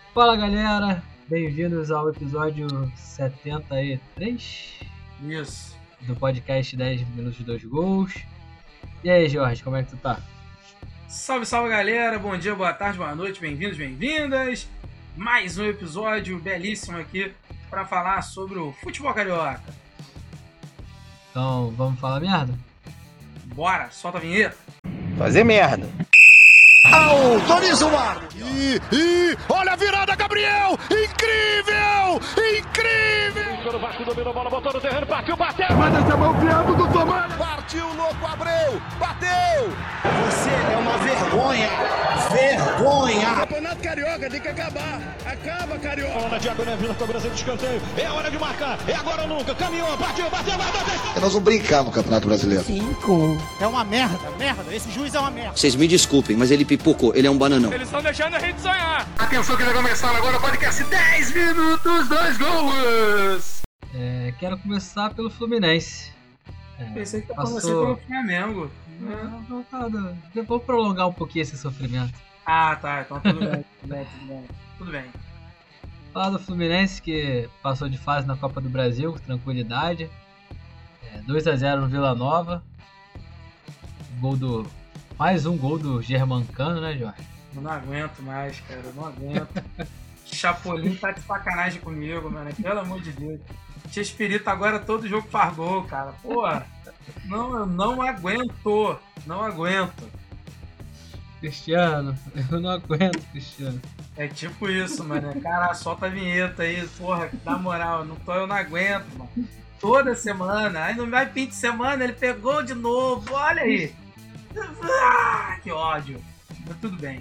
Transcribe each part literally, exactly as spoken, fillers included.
Fala galera, bem-vindos ao episódio setenta e três Isso. do podcast dez minutos dois gols. E aí, Jorge, como é que tu tá? Salve, salve galera, bom dia, boa tarde, boa noite, bem-vindos, bem-vindas. Mais um episódio belíssimo aqui para falar sobre o futebol carioca. Então, vamos falar merda? Bora, solta a vinheta. Fazer merda. Autoriza o ar! E, e olha a virada, Gabriel! Incrível! Incrível! O Vasco dominou a bola, botou no terreno, partiu, bateu! Manda essa mão piando do Tomás! Partiu, louco, Abreu! Bateu! Você é uma vergonha! Vergonha! O Campeonato Carioca tem que acabar! Acaba, Carioca! Bola na diagonal, Vila, cobrança de escanteio. É hora de marcar, é agora ou nunca. Caminhou, partiu, bateu, bateu! Nós vamos brincar no Campeonato Brasileiro. Cinco. É uma merda, merda. Esse juiz é uma merda. Vocês me desculpem, mas ele pipocou. Ele é um bananão. Eles estão deixando a gente sonhar. Atenção que vai começar agora o podcast dez minutos, dois gols! É, quero começar pelo Fluminense. É, Pensei que tá passou... começando pelo Flamengo. Não, não, tá, não. Vou prolongar um pouquinho esse sofrimento. Ah, tá, então tudo bem, tudo bem, tudo bem. Tudo bem. Falar do Fluminense que passou de fase na Copa do Brasil com tranquilidade. É, dois a zero no Vila Nova. Gol do... Mais um gol do Germancano, né, Jorge? Eu não aguento mais, cara, eu não aguento. Chapolin tá de sacanagem comigo, mano, pelo amor de Deus. Tia Espírito agora todo jogo faz gol, cara. Pô, não, eu não aguento, não aguento. Cristiano, eu não aguento, Cristiano. É tipo isso, mano. Cara, solta a vinheta aí, porra, dá moral. Não tô, eu não aguento, mano. Toda semana, aí não vai fim de semana, ele pegou de novo, olha aí. Ah, que ódio. Mas tudo bem.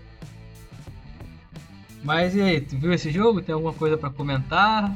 Mas e aí, tu viu esse jogo? Tem alguma coisa pra comentar?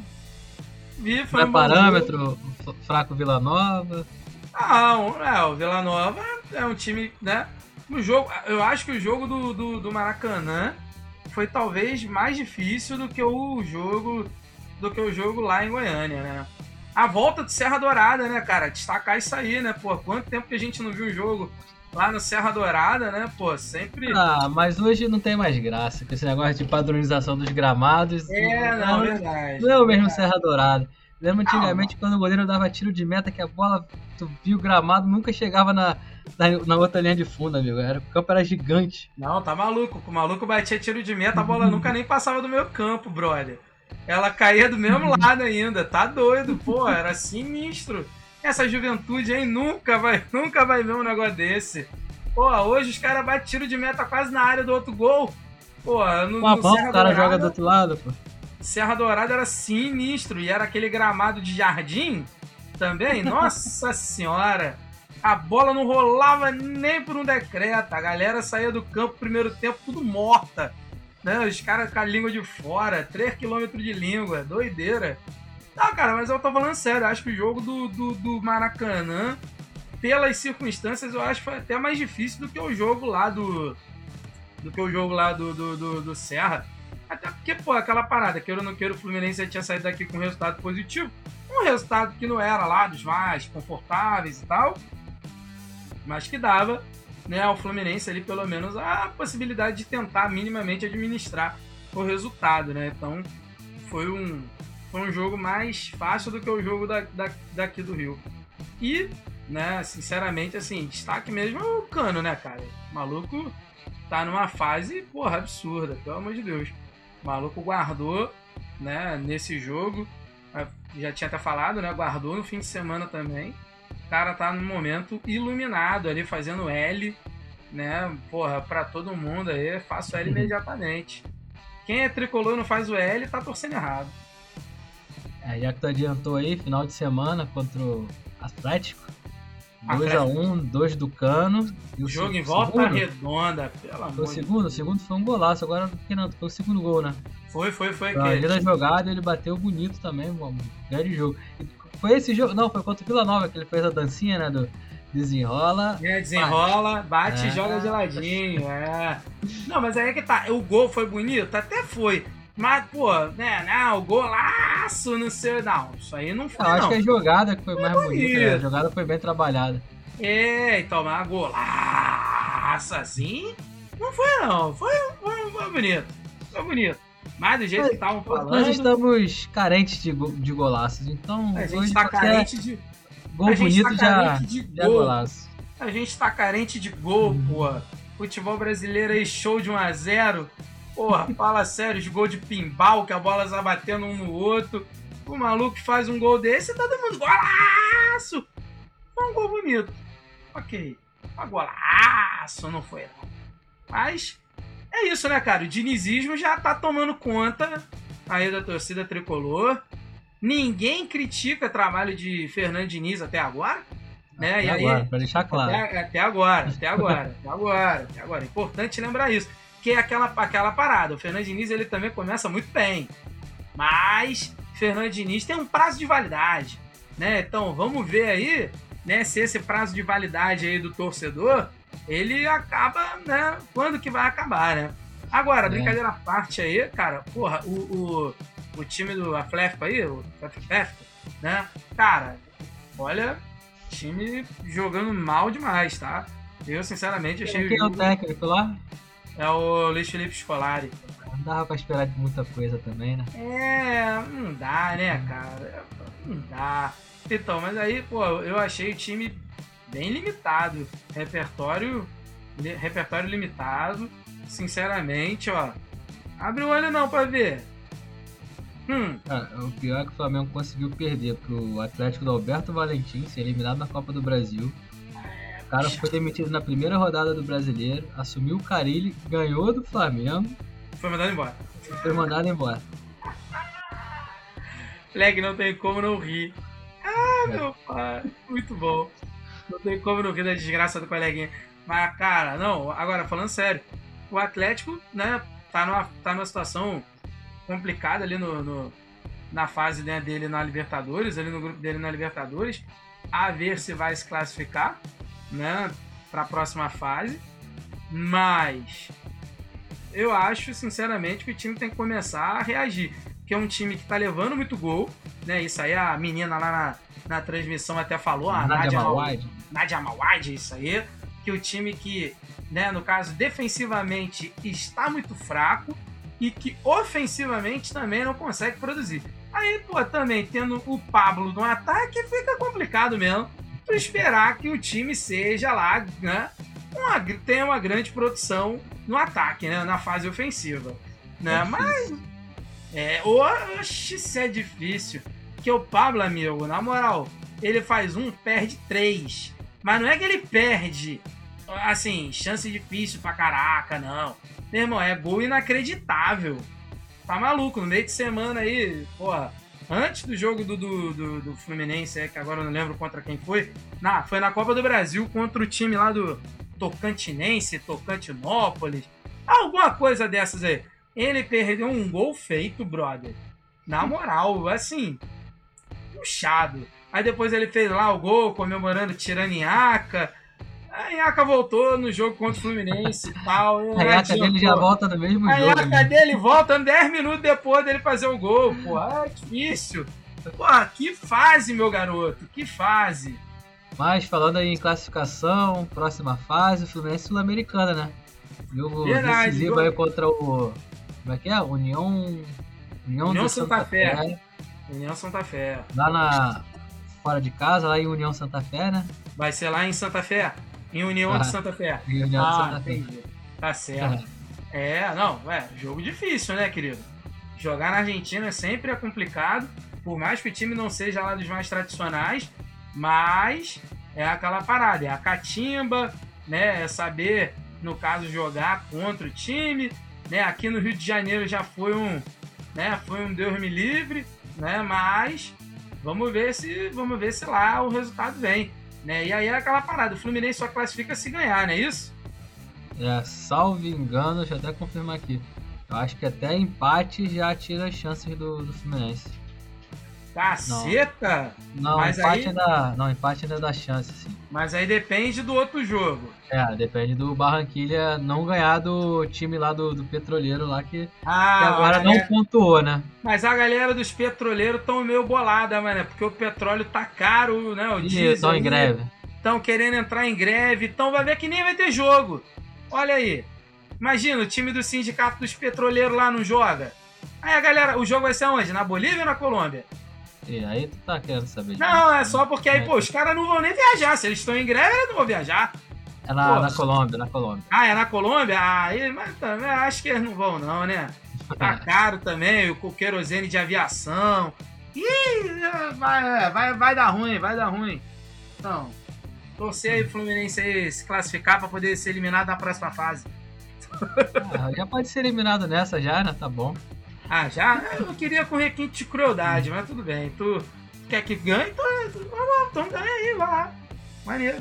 Vi, foi Não é um bom jogo. parâmetro, fraco Vila Nova? Não, é, o Vila Nova é um time, né? O jogo, eu acho que o jogo do, do, do Maracanã foi talvez mais difícil do que o jogo do que o jogo lá em Goiânia, né? A volta do Serra Dourada, né, cara? Destacar isso aí, né? Pô, quanto tempo que a gente não viu um jogo lá no Serra Dourada, né? Pô, sempre... Ah, mas hoje não tem mais graça com esse negócio de padronização dos gramados. É, não, não, verdade. Não é o mesmo verdade. Serra Dourada. Lembra antigamente Não. quando o goleiro dava tiro de meta que a bola, tu viu o gramado, nunca chegava na, na, na outra linha de fundo, amigo. Era, o campo era gigante. Não, tá maluco. O maluco batia tiro de meta, a bola nunca nem passava do meu campo, brother. Ela caía do mesmo lado ainda. Tá doido, pô. Era sinistro. Essa juventude aí nunca vai, nunca vai ver um negócio desse. Pô, hoje os caras batem tiro de meta quase na área do outro gol. Pô, no, Com a no mão Serra o cara Dourada, joga do outro lado, pô. Serra Dourada era sinistro. E era aquele gramado de jardim também. Nossa senhora. A bola não rolava nem por um decreto. A galera saía do campo primeiro tempo tudo morta. Né? Os caras com a língua de fora. três quilômetros de língua. Doideira. Não, cara, mas eu tô falando sério. Eu acho que o jogo do, do, do Maracanã, pelas circunstâncias, eu acho que foi até mais difícil do que o jogo lá do... Do que o jogo lá do, do, do, do Serra. Até porque, pô, aquela parada, queira ou não queira, o Fluminense já tinha saído daqui com um resultado positivo. Um resultado que não era lá dos mais confortáveis e tal, mas que dava, né, ao Fluminense ali pelo menos a possibilidade de tentar minimamente administrar o resultado, né? Então foi um, foi um jogo mais fácil do que o jogo da, da, daqui do Rio. E, né, sinceramente, assim, destaque mesmo é o Cano, né, cara? O maluco tá numa fase, porra, absurda, pelo amor de Deus. O maluco guardou, né, nesse jogo, já tinha até falado, né, guardou no fim de semana também. O cara tá num momento iluminado ali, fazendo L, né, porra, pra todo mundo aí, faço L imediatamente. Quem é tricolor e não faz o L, tá torcendo errado. É, já que tu adiantou aí, final de semana contra o Atlético. dois a um, dois do Cano. O jogo em volta segundo, redonda, pelo amor de Deus. O segundo, o segundo foi um golaço, agora foi o segundo gol, né? Foi, foi, foi. Na que... da jogada ele bateu bonito também, um grande jogo. Foi esse jogo, não, foi contra o Vila Nova que ele fez a dancinha, né, do desenrola. É, desenrola, bate e é. joga de ladinho, é. Não, mas aí é que tá, o gol foi bonito? Até foi. Mas, pô, né, não, o golaço, não sei, não, isso aí não foi, não. não. Acho que a jogada que foi mais bonita, bonita né? A jogada foi bem trabalhada. É, então, mas golaço assim, não foi não, foi, foi, foi bonito, foi bonito. Mas do jeito que estavam falando... Nós estamos carentes de, go de golaços, então... A gente tá carente de... Gol a gente bonito tá já, carente de já é gol. golaço. A gente tá carente de gol, pô. Futebol brasileiro aí, show de um a zero. Porra, fala sério, os gols de pinball, que a bola tá batendo um no outro. O maluco faz um gol desse, todo mundo... Golaço! Foi um gol bonito. Ok. Mas golaço não foi, não. Mas... é isso, né, cara? O dinizismo já tá tomando conta aí da torcida tricolor. Ninguém critica o trabalho de Fernando Diniz até agora. Né? Até e aí, agora, pra deixar claro. Até, até agora, até agora, até agora, até agora. É importante lembrar isso. Que é aquela, aquela parada. O Fernando Diniz, ele também começa muito bem. Mas Fernando Diniz tem um prazo de validade. Né? Então, vamos ver aí, né, se esse prazo de validade aí do torcedor... ele acaba, né? Quando que vai acabar, né? Agora, é. brincadeira à parte aí, cara, porra, o, o, o time do Atlético aí, o Atlético, né? Cara, olha, time jogando mal demais, tá? Eu, sinceramente, achei... Quem é o técnico lá? É o Luiz Felipe Scolari. Não dava pra esperar de muita coisa também, né? É, não dá, né, cara? Não dá. Então, mas aí, pô, eu achei o time... bem limitado, repertório repertório limitado, sinceramente, ó, abre o olho não pra ver. Hum. Cara, o pior é que o Flamengo conseguiu perder pro Atlético do Alberto Valentim, ser eliminado na Copa do Brasil. O cara foi demitido na primeira rodada do Brasileiro, assumiu o Carille, ganhou do Flamengo. Foi mandado embora. E foi mandado embora. Leg, não tem como não rir. Ah, é. Meu pai, muito bom. Não tem como não rir da desgraça do coleguinha. Mas, cara, não, agora, falando sério, o Atlético, né, tá numa, tá numa situação complicada ali no, no, na fase, né, dele na Libertadores, ali no grupo dele na Libertadores, a ver se vai se classificar, né, pra próxima fase. Mas eu acho, sinceramente, que o time tem que começar a reagir. Que é um time que tá levando muito gol, né, isso aí a menina lá na, na transmissão até falou, a Nádia Mawad. Nádia Mawad, isso aí, que o time que, né, no caso, defensivamente está muito fraco e que ofensivamente também não consegue produzir. Aí, pô, também tendo o Pablo no ataque, fica complicado mesmo tu esperar que o time seja lá, né, uma, tenha uma grande produção no ataque, né, na fase ofensiva, né, é mas é, oxe, isso é difícil, porque o Pablo, amigo, na moral, ele faz um, perde três. Mas não é que ele perde, assim, chance difícil pra caraca, não. Meu irmão, é gol inacreditável. Tá maluco, no meio de semana aí, porra, antes do jogo do, do, do, do Fluminense, é, que agora eu não lembro contra quem foi, na, foi na Copa do Brasil contra o time lá do Tocantinense, Tocantinópolis, alguma coisa dessas aí. Ele perdeu um gol feito, brother. Na moral, assim, puxado. Aí depois ele fez lá o gol, comemorando, tirando Inhaca. A Inhaca voltou no jogo contra o Fluminense e tal. A Inhaca dele já volta no mesmo a jogo. A Inhaca dele volta dez minutos depois dele fazer o gol, pô. É difícil. Pô, que fase, meu garoto, que fase. Mas falando aí em classificação, próxima fase, Fluminense Sul-Americana, né? Jogo Verdade, decisivo jogo... aí contra o... Como é que é? União... União, União Santa, Santa Fé. Fé. União Santa Fé. Lá na... Fora de casa, lá em União Santa Fé, né? Vai ser lá em Santa Fé? Em União ah, de Santa Fé. Em União ah, de Santa entendi. Fé. Tá certo. É. é, não, é, jogo difícil, né, querido? Jogar na Argentina sempre é complicado, por mais que o time não seja lá dos mais tradicionais, mas é aquela parada, é a catimba, né, é saber, no caso, jogar contra o time, né, aqui no Rio de Janeiro já foi um, né, foi um Deus me livre, né, mas vamos ver se, vamos ver se lá o resultado vem, né, e aí é aquela parada, o Fluminense só classifica se ganhar, não é isso? É, salvo engano, deixa eu até confirmar aqui, eu acho que até empate já tira as chances do, do Fluminense. Caceta! Não, mas empate aí... ainda, não, empate ainda dá chance, sim. Mas aí depende do outro jogo. É, depende do Barranquilla não ganhar do time lá do, do Petroleiro lá que, ah, que agora galera... não pontuou, né? Mas a galera dos petroleiros estão meio bolada, mano, porque o petróleo tá caro, né? O diesel. Estão em greve. Estão querendo entrar em greve, então vai ver que nem vai ter jogo. Olha aí. Imagina, o time do sindicato dos petroleiros lá não joga. Aí a galera, o jogo vai ser onde? Na Bolívia ou na Colômbia? E aí tu tá querendo saber disso? Não, é só porque aí, pô, os caras não vão nem viajar. Se eles estão em greve, eles não vão viajar. É na, Pô. na Colômbia, na Colômbia. Ah, é na Colômbia? Ah, aí, mas também acho que eles não vão não, né? Tá caro também, o querosene de aviação. Ih, vai, vai, vai dar ruim, vai dar ruim. Então, torcer aí o Fluminense aí se classificar pra poder ser eliminado na próxima fase. Ah, já pode ser eliminado nessa já, né? Tá bom. Ah, já? Eu não queria com requinte de crueldade, mas tudo bem. Tu quer que ganhe? Então, então ganha aí, vai lá. Maneiro.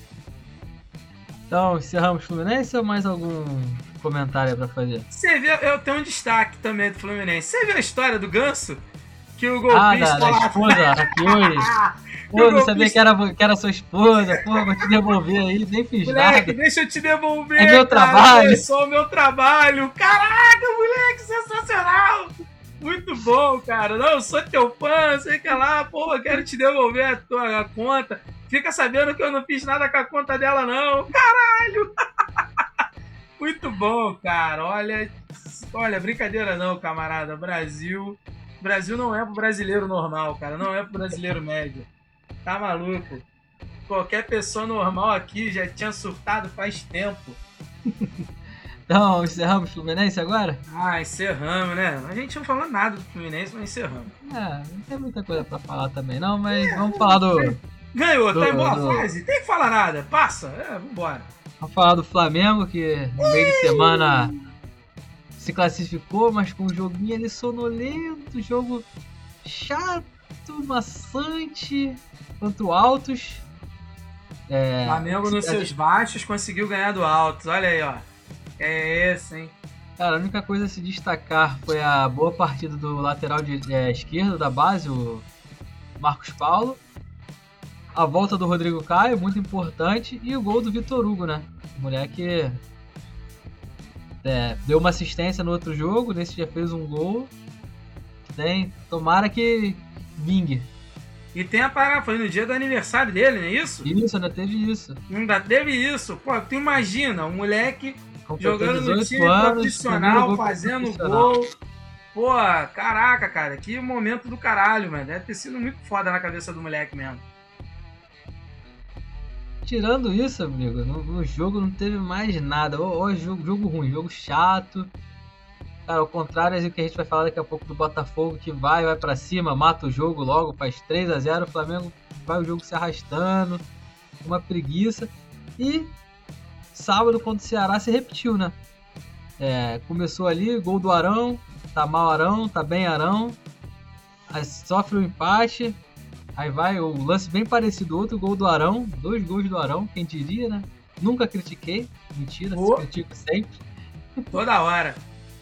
Então, encerramos o Fluminense ou mais algum comentário aí pra fazer? Você vê, eu tenho um destaque também do Fluminense. Você viu a história do Ganso? Que o Ah, golpista da, da lá... esposa, Rapioli. Pô, eu não sabia que era, que era sua esposa. Pô, vou te devolver aí, nem fiz Moleque, nada. deixa eu te devolver, É meu cara, trabalho. É só o meu trabalho. Caraca, moleque, sensacional. Muito bom, cara. Não, eu sou teu fã, sei que lá. Pô, eu quero te devolver a tua a conta. Fica sabendo que eu não fiz nada com a conta dela, não. Caralho. Muito bom, cara. Olha, olha, brincadeira não, camarada. Brasil... Brasil não é pro brasileiro normal, cara. Não é pro brasileiro médio. Tá maluco? Qualquer pessoa normal aqui já tinha surtado faz tempo. Então, encerramos o Fluminense agora? Ah, encerramos, né? A gente não falou nada do Fluminense, mas encerramos. É, não tem muita coisa pra falar também não, mas é, vamos falar do... Ganhou, do, tá em boa do... fase? Tem que falar nada. Passa, é, vambora. Vamos falar do Flamengo, que no meio de semana se classificou, mas com um joguinho ali sonolento, jogo chato, maçante, quanto altos. É, Flamengo nos seus baixos conseguiu ganhar do altos, olha aí, ó. É esse, hein? Cara, a única coisa a se destacar foi a boa partida do lateral de, é, esquerdo da base, o Marcos Paulo. A volta do Rodrigo Caio, muito importante, e o gol do Vitor Hugo, né? O moleque é, deu uma assistência no outro jogo, nesse já fez um gol. Tem, tomara que vingue. E tem a parada, foi no dia do aniversário dele, não é isso? Isso, ainda teve isso. Ainda teve isso. Pô, tu imagina, um moleque Completou jogando no dezoito time anos, profissional, gol fazendo profissional. gol. Pô, caraca, cara, que momento do caralho, mano. Deve ter sido muito foda na cabeça do moleque mesmo. Tirando isso, amigo, no, no jogo não teve mais nada. Ó, ó, jogo, jogo ruim, jogo chato. Cara, ao contrário do que a gente vai falar daqui a pouco do Botafogo, que vai, vai pra cima, mata o jogo logo, faz três a zero, o Flamengo vai o jogo se arrastando, uma preguiça. E sábado contra o Ceará se repetiu, né? É, começou ali, gol do Arão, tá mal Arão, tá bem Arão, aí sofre o empate. Aí vai o lance bem parecido, outro gol do Arão, dois gols do Arão, quem diria, né? Nunca critiquei, mentira, Oh. critico sempre. Toda hora.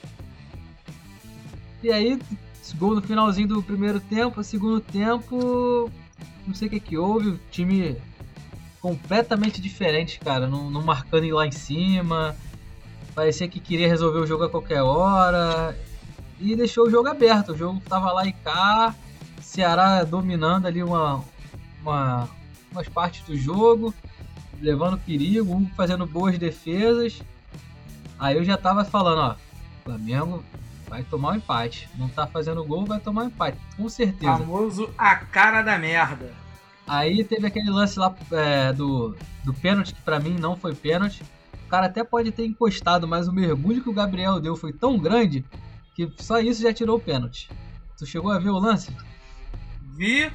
E aí, esse gol no finalzinho do primeiro tempo, segundo tempo, não sei o que que houve, o time completamente diferente, cara, não, não marcando ir lá em cima, parecia que queria resolver o jogo a qualquer hora, e deixou o jogo aberto, o jogo tava lá e cá, Ceará dominando ali uma, uma, umas partes do jogo, levando perigo, um fazendo boas defesas. Aí eu já tava falando, ó, Flamengo vai tomar um empate. Não tá fazendo gol, vai tomar um empate, com certeza. Famoso a cara da merda. Aí teve aquele lance lá é, do, do pênalti, que pra mim não foi pênalti. O cara até pode ter encostado, mas o mergulho que o Gabriel deu foi tão grande que só isso já tirou o pênalti. Tu chegou a ver o lance? Vi.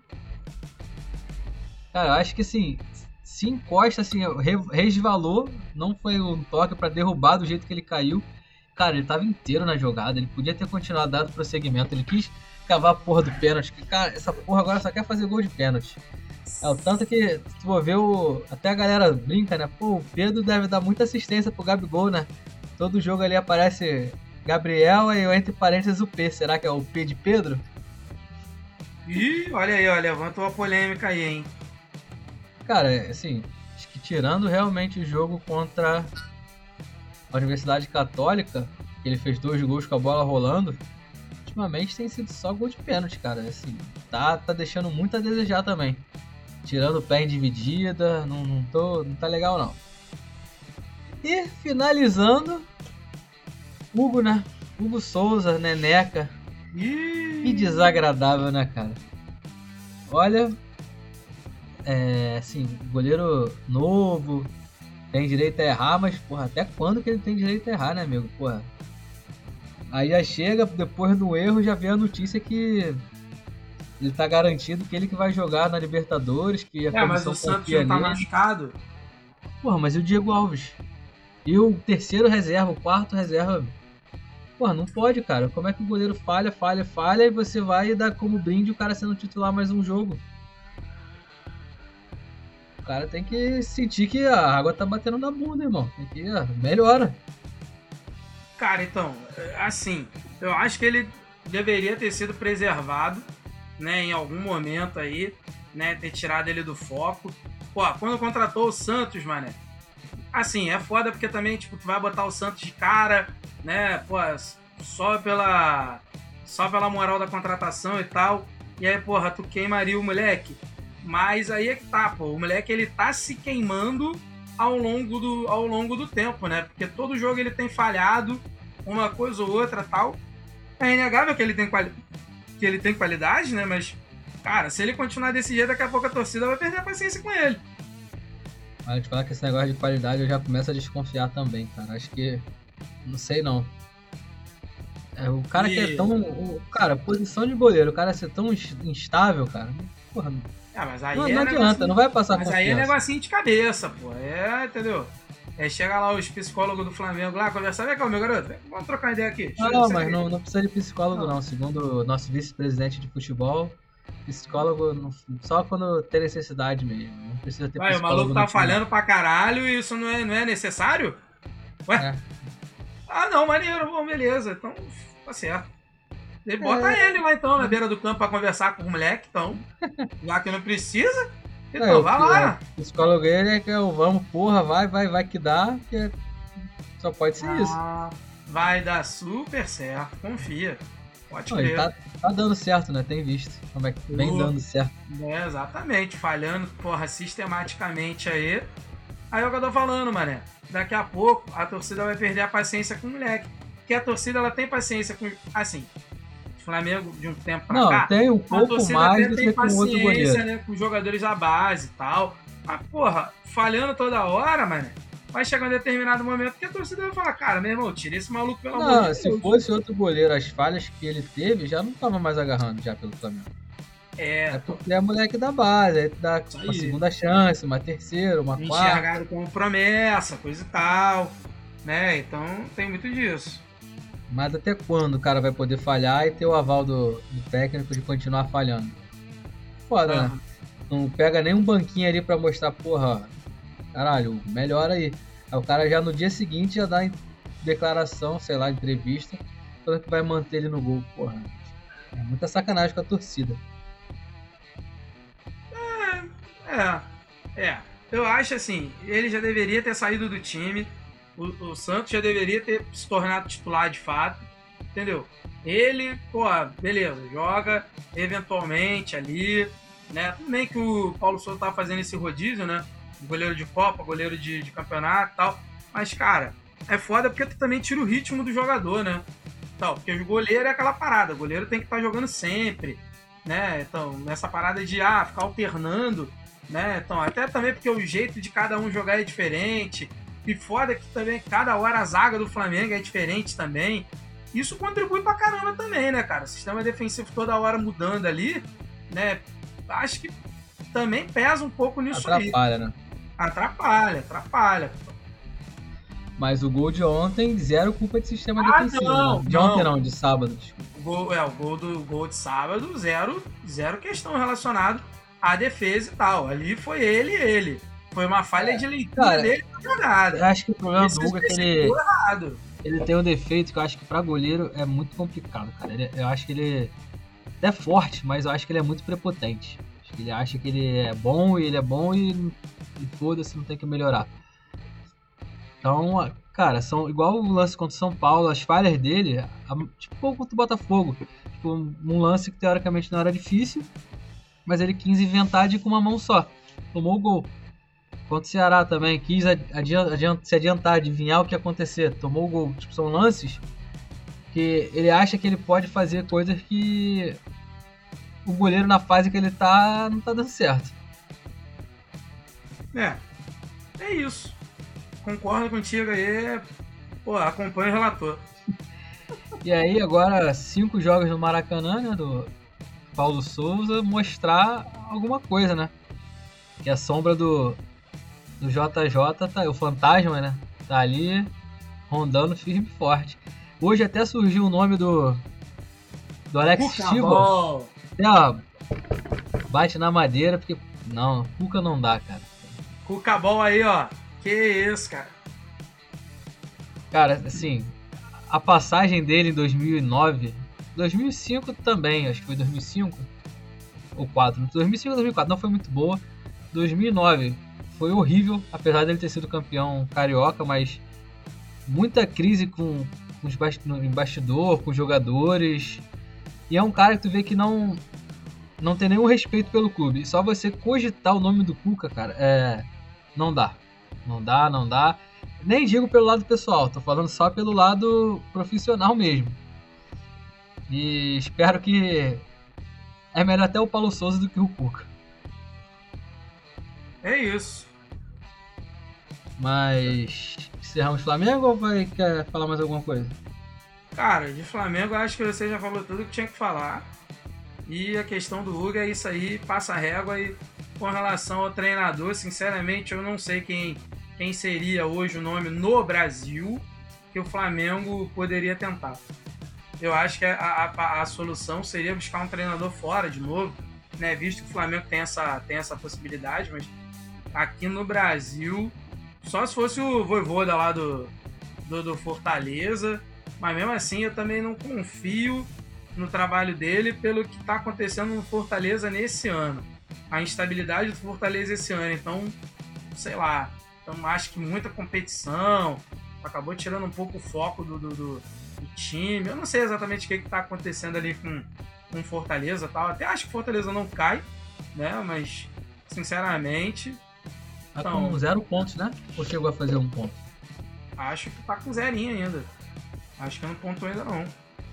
Cara, eu acho que assim, se encosta, assim, resvalou, não foi um toque pra derrubar do jeito que ele caiu. Cara, ele tava inteiro na jogada, ele podia ter continuado dado prosseguimento, ele quis cavar a porra do pênalti, que, cara, essa porra agora só quer fazer gol de pênalti. É o tanto que, se tu for ver, o, até a galera brinca, né? Pô, o Pedro deve dar muita assistência pro Gabigol, né? Todo jogo ali aparece Gabriel e entre parênteses o P, será que é o P de Pedro? Ih, olha aí, ó, levantou a polêmica aí, hein? Cara, assim, acho que tirando realmente o jogo contra a Universidade Católica, que ele fez dois gols com a bola rolando, ultimamente tem sido só gol de pênalti, cara. Assim, tá, tá deixando muito a desejar também. Tirando o pé em dividida, não, não, tô, não tá legal não. E finalizando, Hugo, né? Hugo Souza, Neneca. Ih, Que desagradável, né, cara? Olha, é, assim, goleiro novo, tem direito a errar, mas, porra, até quando que ele tem direito a errar, né, amigo? Porra. Aí já chega, depois do erro, já vem a notícia que ele tá garantido que ele que vai jogar na Libertadores, que a é, mas comissão o Santos confia não tá nele. machucado. Porra, mas e o Diego Alves? E o terceiro reserva, o quarto reserva? Porra, não pode, cara. Como é que o goleiro falha, falha, falha e você vai dar como brinde o cara sendo titular mais um jogo? O cara tem que sentir que a água tá batendo na bunda, irmão. Tem que, ó, melhora. Cara, então, assim, eu acho que ele deveria ter sido preservado, né, em algum momento aí, né, ter tirado ele do foco. Pô, quando contratou o Santos, mané, assim, é foda porque também, tipo, tu vai botar o Santos de cara, né, pô, só pela, só pela moral da contratação e tal, e aí, porra, tu queimaria o moleque. Mas aí é que tá, pô, o moleque, ele tá se queimando ao longo do, ao longo do tempo, né, porque todo jogo ele tem falhado, uma coisa ou outra tal. É inegável que ele tem, quali- que ele tem qualidade, né, mas, cara, se ele continuar desse jeito, daqui a pouco a torcida vai perder a paciência com ele. Mas te falar que esse negócio de qualidade eu já começo a desconfiar também, cara. Acho que. Não sei não. É, o cara E- que é tão. O, cara, posição de goleiro, o cara ser tão ins- instável, cara. Porra, Ah, mas aí não, é não adianta, negocinho- não vai passar Mas confiança. aí é negocinho de cabeça, pô. É, entendeu? É, chega lá os psicólogos do Flamengo lá, conversar, vem cá, meu garoto, vamos trocar ideia aqui. Não, Deixa eu não, ver mas isso não, aqui. não precisa de psicólogo Não. não. Segundo o nosso vice-presidente de futebol, psicólogo não- só quando tem necessidade mesmo. Não precisa ter Vai, o psicólogo. maluco no tá time, falhando pra caralho e isso não é, não é necessário? Ué? É. Ah, não, maneiro, bom, beleza. Então, tá certo. Ele bota É. ele lá então, na beira do campo pra conversar com o moleque, então. Já que não precisa, É, então o vai que- lá. é, psicólogo ele é que é o vamos, porra, vai, vai, vai que dá, que é- só pode ser isso. Ah, vai dar super certo, confia. Pode Não, ele crer. tá, tá dando certo, né? Tem visto como é que vem Uh. dando certo. É, exatamente, falhando, porra, sistematicamente aí. Aí é o que eu tô falando, mané. Daqui a pouco a torcida vai perder a paciência com o moleque. Porque a torcida ela tem paciência com. Assim, o Flamengo de um tempo pra Não, cá. tem um a pouco torcida mais até do tem que com o outro paciência, goleiro. né? Com os jogadores da base e tal. Mas, porra, falhando toda hora, mané. Vai chegar um determinado momento que a torcida vai falar, cara, meu irmão, tira esse maluco pelo amor Não, de se Deus. fosse outro goleiro, as falhas que ele teve, já não tava mais agarrando já pelo Flamengo. É É, porque é moleque da base, aí tu dá Isso uma aí. segunda chance, uma terceira, uma quarta. enxergado como promessa, coisa e tal. Né? Então tem muito disso. Mas até quando o cara vai poder falhar e ter o aval do, do técnico de continuar falhando? Foda, Ah. né? Não pega nem um banquinho ali pra mostrar, porra, caralho, melhora aí. Aí o cara já no dia seguinte já dá em declaração, sei lá, entrevista, falando que vai manter ele no gol, porra. É muita sacanagem com a torcida. É, é. Eu acho assim, ele já deveria ter saído do time. O, o Santos já deveria ter se tornado titular de fato. Entendeu? Ele, pô, beleza, joga eventualmente ali, né? Tudo bem que o Paulo Souza tava fazendo esse rodízio, né? Goleiro de Copa, goleiro de, de campeonato e tal. Mas, cara, é foda porque tu também tira o ritmo do jogador, né? Então, porque o goleiro é aquela parada, o goleiro tem que estar jogando sempre, né? Então, nessa parada de ah, ficar alternando, né? Então, até também porque o jeito de cada um jogar é diferente. E foda que também cada hora a zaga do Flamengo é diferente também. Isso contribui pra caramba também, né, cara? O sistema defensivo toda hora mudando ali, né? Acho que também pesa um pouco nisso Atrapalha, aí. né? Atrapalha, atrapalha. Mas o gol de ontem, zero culpa de sistema Ah, defensivo. não, né? De não. ontem não, de sábado. Desculpa. O gol, é, o gol, do, o gol de sábado, zero, zero questão relacionado à defesa e tal. Ali foi ele e ele. Foi uma falha de leitura cara, dele na Eu jogada. acho que o problema Esse do Hugo é que ele, percebeu errado. ele tem um defeito que eu acho que pra goleiro é muito complicado, cara. Ele- eu acho que ele é forte, mas eu acho que ele é muito prepotente. Acho que ele acha que ele é bom e ele é bom e, e foda-se, não tem que melhorar. Então, cara, são igual o lance contra o São Paulo, as falhas dele, a- tipo contra o Botafogo. Tipo, um lance que teoricamente não era difícil, mas ele quis inventar de ir com uma mão só. Tomou o gol. Contra o Ceará também, quis adian- adian- se adiantar, adivinhar o que ia acontecer. Tomou o gol. Tipo, são lances que ele acha que ele pode fazer coisas que o goleiro na fase que ele tá não tá dando certo. É, é isso. Concordo contigo aí. Pô, acompanha o relator. E aí agora cinco jogos no Maracanã, né, do Paulo Souza, mostrar alguma coisa, né? Que a sombra do, do J J, tá, o fantasma, né? Tá ali rondando firme e forte. Hoje até surgiu o nome do do Alex Stival. Até, ó, bate na madeira, porque não, Cuca não dá, cara. Cucabol aí, ó. Que isso, cara. Cara, assim, a passagem dele em dois mil e nove, dois mil e cinco também, acho que foi dois mil e cinco ou dois mil e quatro. dois mil e cinco ou dois mil e quatro, não foi muito boa. dois mil e nove foi horrível, apesar dele ter sido campeão carioca, mas muita crise com, com os bast- no bastidor, com os jogadores. E é um cara que tu vê que não, não tem nenhum respeito pelo clube. Só você cogitar o nome do Cuca, cara, é, não dá. Não dá, não dá. Nem digo pelo lado pessoal, tô falando só pelo lado profissional mesmo. E espero que é melhor até o Paulo Souza do que o Cuca. É isso. Mas encerramos Flamengo ou vai quer falar mais alguma coisa? Cara, de Flamengo eu acho que você já falou tudo que tinha que falar. E a questão do Hugo é isso aí, passa a régua. E com relação ao treinador, sinceramente eu não sei quem, quem seria hoje o nome no Brasil que o Flamengo poderia tentar. Eu acho que a, a, a solução seria buscar um treinador fora de novo, né? Visto que o Flamengo tem essa, tem essa possibilidade, mas aqui no Brasil, só se fosse o Vojvoda lá do, do, do Fortaleza, mas mesmo assim eu também não confio no trabalho dele pelo que está acontecendo no Fortaleza nesse ano. A instabilidade do Fortaleza esse ano, então, sei lá, então acho que muita competição, acabou tirando um pouco o foco do, do, do, do time. Eu não sei exatamente o que está acontecendo ali com com Fortaleza e tal. Até acho que Fortaleza não cai, né? Mas, sinceramente... Tá então, com zero pontos, né? Ou chegou a fazer um ponto? Acho que tá com zerinho ainda. Acho que não pontuou ainda não.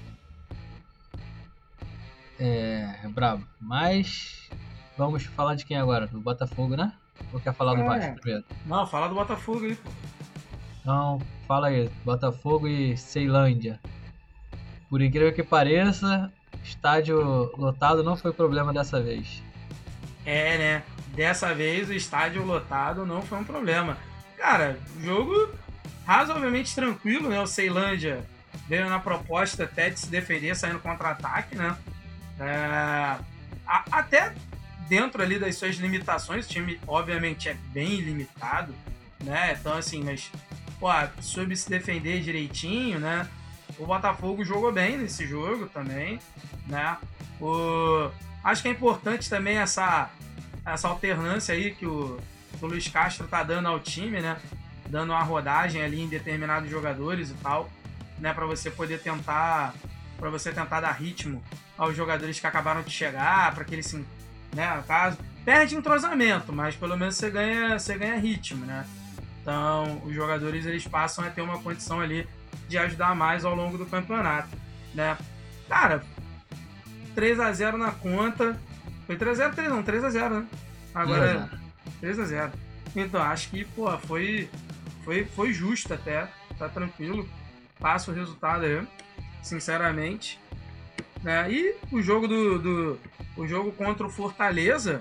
É, é brabo. Mas vamos falar de quem agora? Do Botafogo, né? Ou quer falar do É. Vasco primeiro? Não, fala do Botafogo aí, pô. Então, fala aí. Botafogo e Ceilândia. Por incrível que pareça, estádio lotado não foi problema dessa vez. É, né? Dessa vez o estádio lotado não foi um problema. Cara, jogo razoavelmente tranquilo, né? O Ceilândia veio na proposta até de se defender, saindo contra-ataque, né? É, a, até dentro ali das suas limitações, o time obviamente é bem limitado, né? Então assim, mas pô, soube se defender direitinho, né? O Botafogo jogou bem nesse jogo também, né? O, acho que é importante também essa, essa alternância aí que o, que o Luiz Castro tá dando ao time, né? Dando uma rodagem ali em determinados jogadores e tal, né? Para você poder tentar, para você tentar dar ritmo aos jogadores que acabaram de chegar, para que eles se, né? No caso, perde entrosamento, mas pelo menos você ganha, você ganha ritmo, né? Então, os jogadores eles passam a ter uma condição ali de ajudar mais ao longo do campeonato, né? Cara, três a zero na conta. Foi três a zero, três não, três a zero, né? Agora três a zero. Então, acho que, pô, foi, foi, foi justo até, tá tranquilo. Passa o resultado aí, sinceramente. Né? E o jogo do, do o jogo contra o Fortaleza,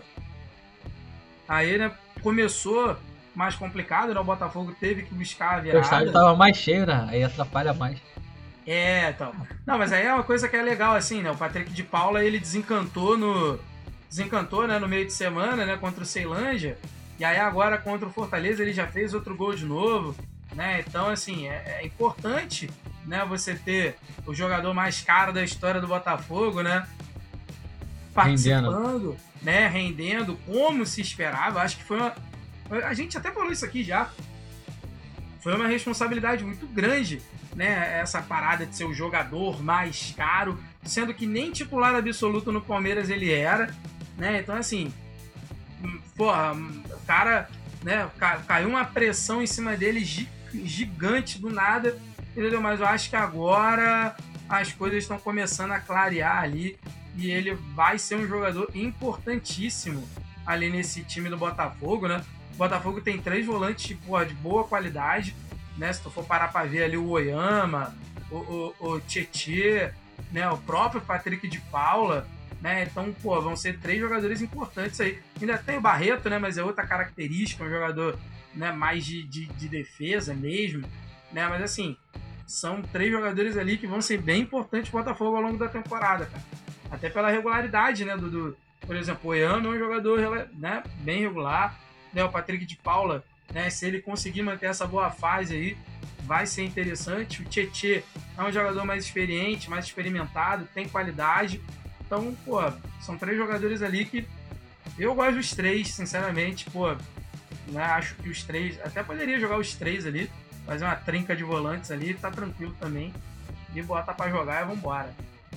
aí, né, começou mais complicado, né? O Botafogo teve que buscar a virada. O estádio tava mais cheio, né? Aí atrapalha mais. É, então. Não, mas aí é uma coisa que é legal, assim, né? O Patrick de Paula, ele desencantou no... Desencantou, né? No meio de semana, né? Contra o Ceilândia. E aí agora, contra o Fortaleza, ele já fez outro gol de novo, né? Então, assim, é, é importante, né? Você ter o jogador mais caro da história do Botafogo, né? Participando, rendendo. né? Rendendo, como se esperava. Acho que foi uma... A gente até falou isso aqui já. Foi uma responsabilidade muito grande, né? Essa parada de ser o jogador mais caro, sendo que nem titular absoluto no Palmeiras ele era, né? Então, assim, porra, o cara, né? Caiu uma pressão em cima dele gigante do nada, entendeu? Mas eu acho que agora as coisas estão começando a clarear ali e ele vai ser um jogador importantíssimo ali nesse time do Botafogo, né? O Botafogo tem três volantes porra, de boa qualidade, né? Se tu for parar pra ver ali o Oyama, o, o, o Tietê, né? O próprio Patrick de Paula, né? Então, pô, vão ser três jogadores importantes aí. Ainda tem o Barreto, né? Mas é outra característica, um jogador, né? mais de, de, de defesa mesmo, né? Mas assim, são três jogadores ali que vão ser bem importantes pro Botafogo ao longo da temporada, cara. Até pela regularidade, né? Do, do, por exemplo, o Oyama é um jogador, né? bem regular, né? O Patrick de Paula, né? Se ele conseguir manter essa boa fase aí, vai ser interessante. O Tietê é um jogador mais experiente, mais experimentado, tem qualidade. Então, pô, são três jogadores ali que eu gosto dos três, sinceramente, pô, né? Acho que os três, até poderia jogar os três ali, fazer uma trinca de volantes ali, tá tranquilo também, e bota pra jogar e vambora.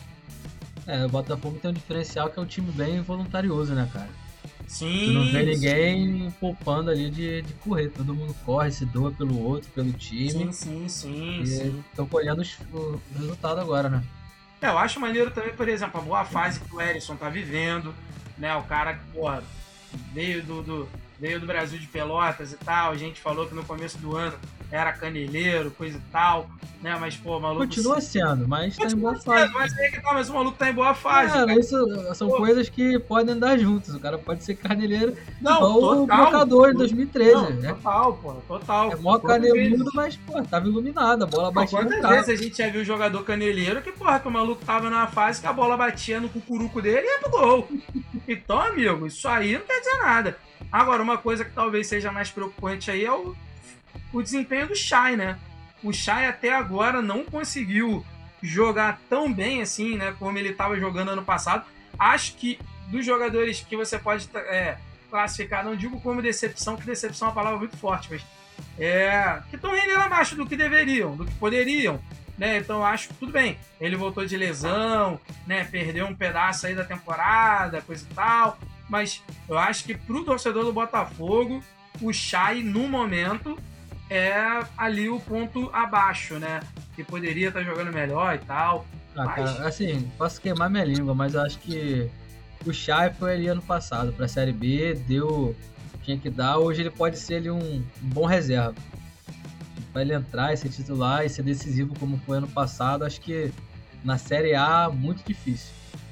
É, o Botafogo tem um diferencial que é um time bem voluntarioso, né, cara? Sim. Tu não vê ninguém poupando ali de, de correr, todo mundo corre, se doa pelo outro, pelo time. Sim, sim, sim, e sim. estão colhendo os, o resultado agora, né? É, eu acho maneiro também, por exemplo, a boa fase que o Erisson tá vivendo, né? O cara que, porra, veio do, do, veio do Brasil de Pelotas e tal, a gente falou que no começo do ano era caneleiro, coisa e tal, né? Mas, pô, o maluco... Continua sendo, mas tá em Continua boa fase. sendo, mas aí que tá, mas o maluco tá em boa fase. Cara, cara. isso são Pô. coisas que podem andar juntos. O cara pode ser caneleiro Não, igual o total. Brocador em dois mil e treze. Não, né? total, pô, total. É mó Quantas caneludo, vezes- mas, pô, tava iluminado. A bola Pô, batia no quantas carro. vezes a gente já viu jogador caneleiro que, porra, que o maluco tava numa fase que a bola batia no cucuruco dele e ia pro gol. Então, amigo, isso aí não quer dizer nada. Agora, uma coisa que talvez seja mais preocupante aí é o, o desempenho do Chay, né? O Chay até agora não conseguiu jogar tão bem assim, né? Como ele estava jogando ano passado. Acho que dos jogadores que você pode é, classificar, não digo como decepção, que decepção é uma palavra muito forte, mas é, que estão rendendo abaixo do que deveriam, do que poderiam, né? Então acho que tudo bem. Ele voltou de lesão, né? Perdeu um pedaço aí da temporada, coisa e tal. Mas eu acho que pro torcedor do Botafogo, o Chay, no momento, é ali o ponto abaixo, né? Que poderia estar jogando melhor e tal. Ah, mas... cara, assim, posso queimar minha língua, mas eu acho que o Chay foi ali ano passado pra Série B, deu, tinha que dar. Hoje ele pode ser ali um, um bom reserva. Pra ele entrar e ser titular e ser decisivo como foi ano passado, acho que na Série A, muito difícil.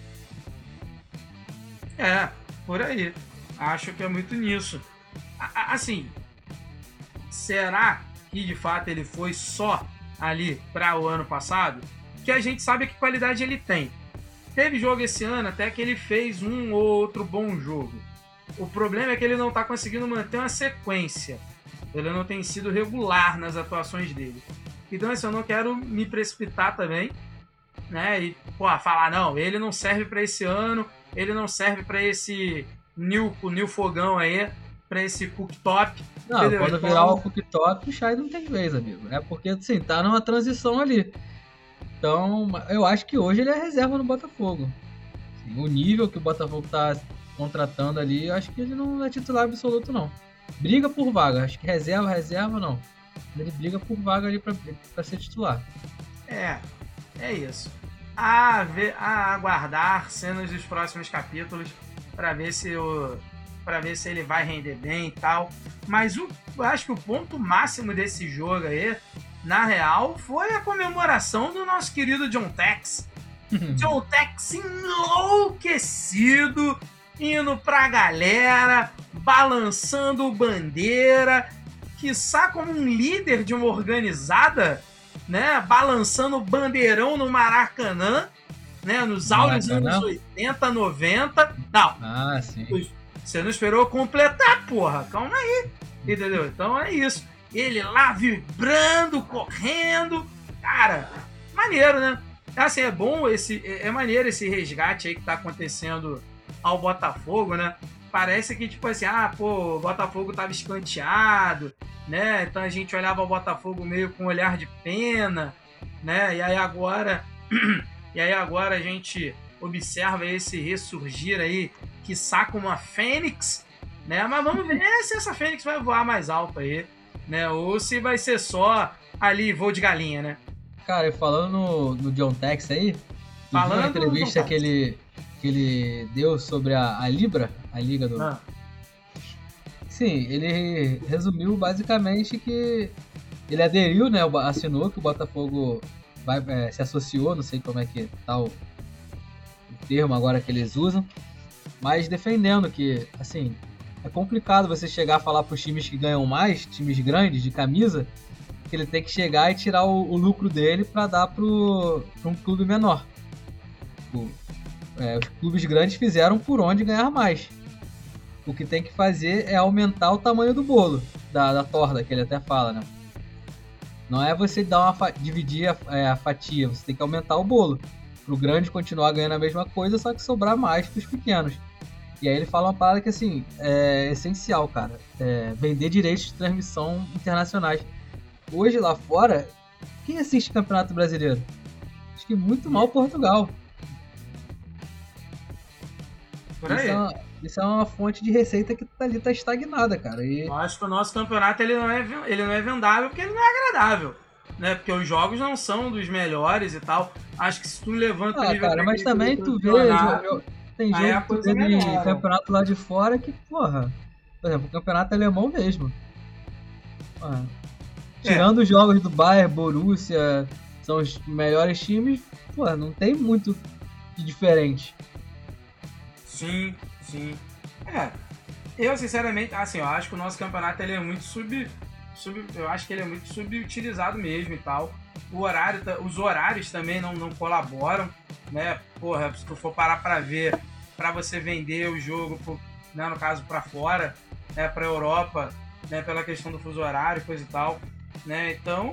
É, por aí. Acho que é muito nisso. A- a- Assim, será que de fato ele foi só ali para o ano passado? Que a gente sabe que qualidade ele tem. Teve jogo esse ano até que ele fez um ou outro bom jogo. O problema é que ele não está conseguindo manter uma sequência. Ele não tem sido regular nas atuações dele. Então, assim, eu não quero me precipitar também, né? E, pô, falar, não, ele não serve para esse ano, ele não serve para esse new, new fogão aí, para esse cooktop. Não, entendeu? quando Então, virar o cooktop, o Chay não tem vez, amigo. É porque, assim, tá numa transição ali. Então, eu acho que hoje ele é reserva no Botafogo. Assim, o nível que o Botafogo tá contratando ali, eu acho que ele não é titular absoluto, não. Briga por vaga. Acho que reserva, reserva, não. Ele briga por vaga ali pra, pra ser titular. É, é isso. A, ver, a aguardar cenas dos próximos capítulos para ver se o para ver se ele vai render bem e tal. Mas o, eu acho que o ponto máximo desse jogo aí, na real, foi a comemoração do nosso querido John Tex. John Tex enlouquecido, indo pra galera, balançando bandeira, quiçá como um líder de uma organizada, né? Balançando bandeirão no Maracanã, né? Nos áureos Maracanã? anos oitenta, noventa. Não, Ah, sim. você não esperou completar, porra. Calma aí. Entendeu? Então é isso. Ele lá vibrando, correndo. Cara, maneiro, né? Assim, é bom esse... É maneiro esse resgate aí que tá acontecendo ao Botafogo, né? Parece que, tipo assim, ah, pô, o Botafogo tava escanteado, né? Então a gente olhava o Botafogo meio com um olhar de pena, né? E aí agora... e aí agora a gente observa esse ressurgir aí, que saca uma fênix, né? Mas vamos ver se essa fênix vai voar mais alto aí, né? Ou se vai ser só ali voo de galinha, né? Cara, e falando no, no John Tex aí, tu Falando viu a no entrevista John que ele, que ele deu sobre a, a Libra, a Liga do... Ah, Sim, ele resumiu basicamente que ele aderiu, né, assinou que o Botafogo vai, é, se associou, não sei como é que tá o, o termo agora que eles usam, mas defendendo que, assim, é complicado você chegar a falar para os times que ganham mais, times grandes de camisa, que ele tem que chegar e tirar o, o lucro dele para dar para um clube menor. O, é, os clubes grandes fizeram por onde ganhar mais. O que tem que fazer é aumentar o tamanho do bolo, da, da torta, que ele até fala, né? Não é você dar uma fa- dividir a, é, a fatia, você tem que aumentar o bolo. Pro grande continuar ganhando a mesma coisa, só que sobrar mais pros pequenos. E aí ele fala uma parada que, assim, é essencial, cara. É vender direitos de transmissão internacionais. Hoje, lá fora, quem assiste Campeonato Brasileiro? Acho que muito mal Portugal. por Isso aí. é, uma, isso é uma fonte de receita que tá ali tá estagnada, cara. E Eu acho que o nosso campeonato ele não, é, ele não é vendável porque ele não é agradável. Né? Porque os jogos não são dos melhores e tal. Acho que se tu levanta o Ah, nível cara, mas técnico também do tu vê, campeonato, jo- jo- tem aí a jogo que tu coisa vê de melhora. campeonato lá de fora que, porra, por exemplo, o campeonato alemão mesmo. Porra, É. tirando os jogos do Bayern, Borussia, são os melhores times, porra, não tem muito de diferente. Sim, sim. É. Eu, sinceramente, assim, eu acho que o nosso campeonato ele é muito sub, sub. Eu acho que ele é muito subutilizado mesmo e tal. O horário, ta- os horários também não, não colaboram, né? Porra, se tu for parar pra ver, pra você vender o jogo, pro, né, no caso, pra fora, né, pra Europa, né, pela questão do fuso horário, coisa e tal, né? Então,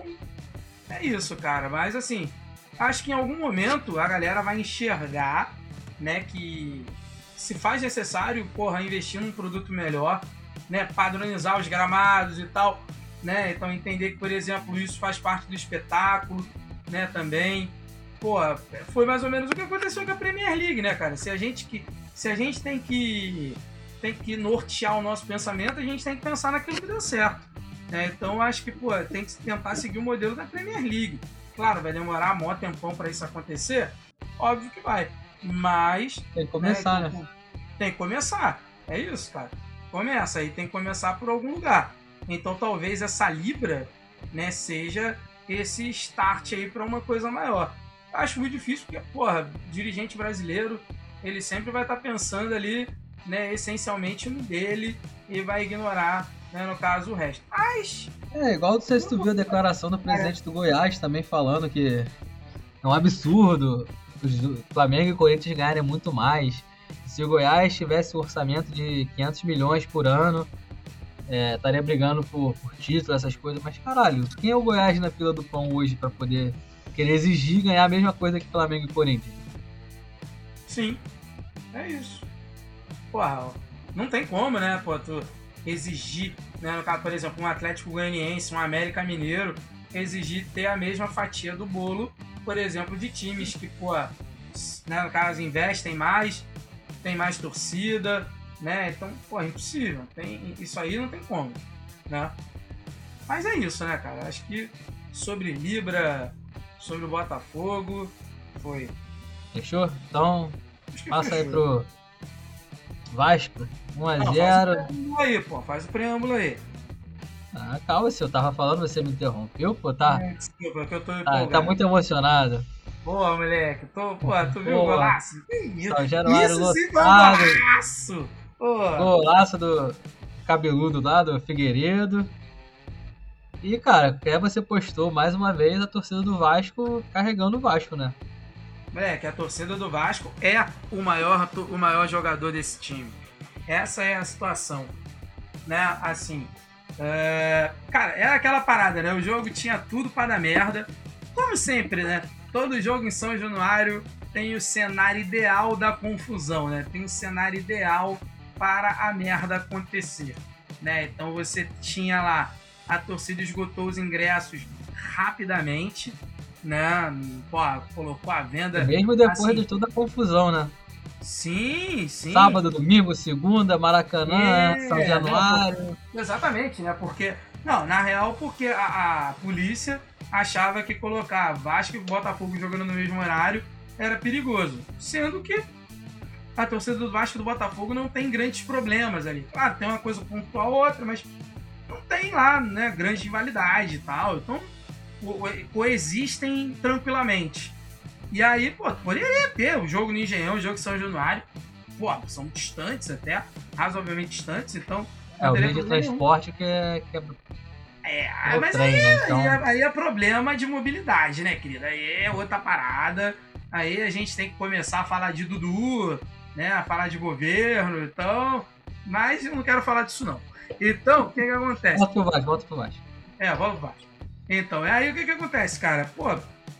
é isso, cara. Mas, assim, acho que em algum momento a galera vai enxergar, né, que se faz necessário, porra, investir num produto melhor, né, padronizar os gramados e tal, né, então entender que, por exemplo, isso faz parte do espetáculo, né, também. Porra, foi mais ou menos o que aconteceu com a Premier League, né, cara? Se a gente, que, se a gente tem que tem que nortear o nosso pensamento, a gente tem que pensar naquilo que deu certo, né? Então, acho que, pô, tem que tentar seguir o modelo da Premier League. Claro, vai demorar mó tempão para isso acontecer, óbvio que vai, mas Tem que começar, né? Tem, tem que começar. É isso, cara. Começa aí, tem que começar por algum lugar. Então talvez essa Libra, né, seja esse start aí para uma coisa maior. Acho muito difícil porque, porra, dirigente brasileiro, ele sempre vai estar pensando ali, né, essencialmente no dele e vai ignorar, né, no caso, o resto. Mas É, igual não sei se tu viu a declaração do presidente do Goiás também falando que é um absurdo os Flamengo e Corinthians ganharem muito mais. Se o Goiás tivesse um orçamento de quinhentos milhões por ano, é, estaria brigando por, por título, essas coisas. Mas caralho, quem é o Goiás na fila do pão hoje pra poder querer exigir ganhar a mesma coisa que Flamengo e Corinthians? sim, é isso. Porra, não tem como, né, pô, tu exigir, né, no caso, por exemplo, um Atlético Goianiense, um América Mineiro, exigir ter a mesma fatia do bolo, por exemplo, de times que, pô, né, no caso, investem mais, tem mais torcida, né, então, pô, é impossível, tem, isso aí não tem como, né. Mas é isso, né, cara, acho que sobre Libra, sobre o Botafogo, foi. Fechou? Então, Acho que passa aí fechou. pro Vasco, um a Não, zero. faz o preâmbulo aí, pô, faz o preâmbulo aí. Ah, calma, se eu tava falando, você me interrompeu, pô, tá, É, desculpa, que eu tô tá, empolgado. tá muito emocionado. Boa, moleque. Tô, pô, tu viu o Boa. golaço? Que isso? São Januário Isso sim foi um lotado. golaço! Pô, Golaço do cabeludo lá, do Figueiredo. E, cara, é você postou mais uma vez a torcida do Vasco carregando o Vasco, né? moleque, a torcida do Vasco é o maior, o maior jogador desse time. Essa é a situação. Né? Assim, é... cara, era aquela parada, né? O jogo tinha tudo pra dar merda. Como sempre, né? Todo jogo em São Januário tem o cenário ideal da confusão, né? Tem o cenário ideal para a merda acontecer, né? Então você tinha lá, a torcida esgotou os ingressos rapidamente, né? Pô, colocou a venda... Mesmo depois assim, de toda a confusão, né? Sim, sim. Sábado, domingo, segunda, Maracanã, É, São Januário. Exatamente, né? Porque... Não, na real, porque a, a polícia achava que colocar Vasco e Botafogo jogando no mesmo horário era perigoso. Sendo que a torcida do Vasco e do Botafogo não tem grandes problemas ali. Claro, tem uma coisa pontual ou outra, mas não tem lá, né, grande rivalidade e tal. Então, coexistem tranquilamente. E aí, pô, poderia ter o jogo no Engenhão, o jogo em São Januário. Pô, são distantes até, razoavelmente distantes, então... É, o meio de transporte que é... Que é... É, é mas trem, aí, né? Então... aí, é, aí é problema de mobilidade, né, querida? Aí é outra parada. Aí a gente tem que começar a falar de Dudu, né? A falar de governo, então... Mas eu não quero falar disso, não. Então, o que que acontece? Volta pro Vasco, volta pro Vasco. É, volta pro Vasco. Então, aí o que que acontece, cara? Pô,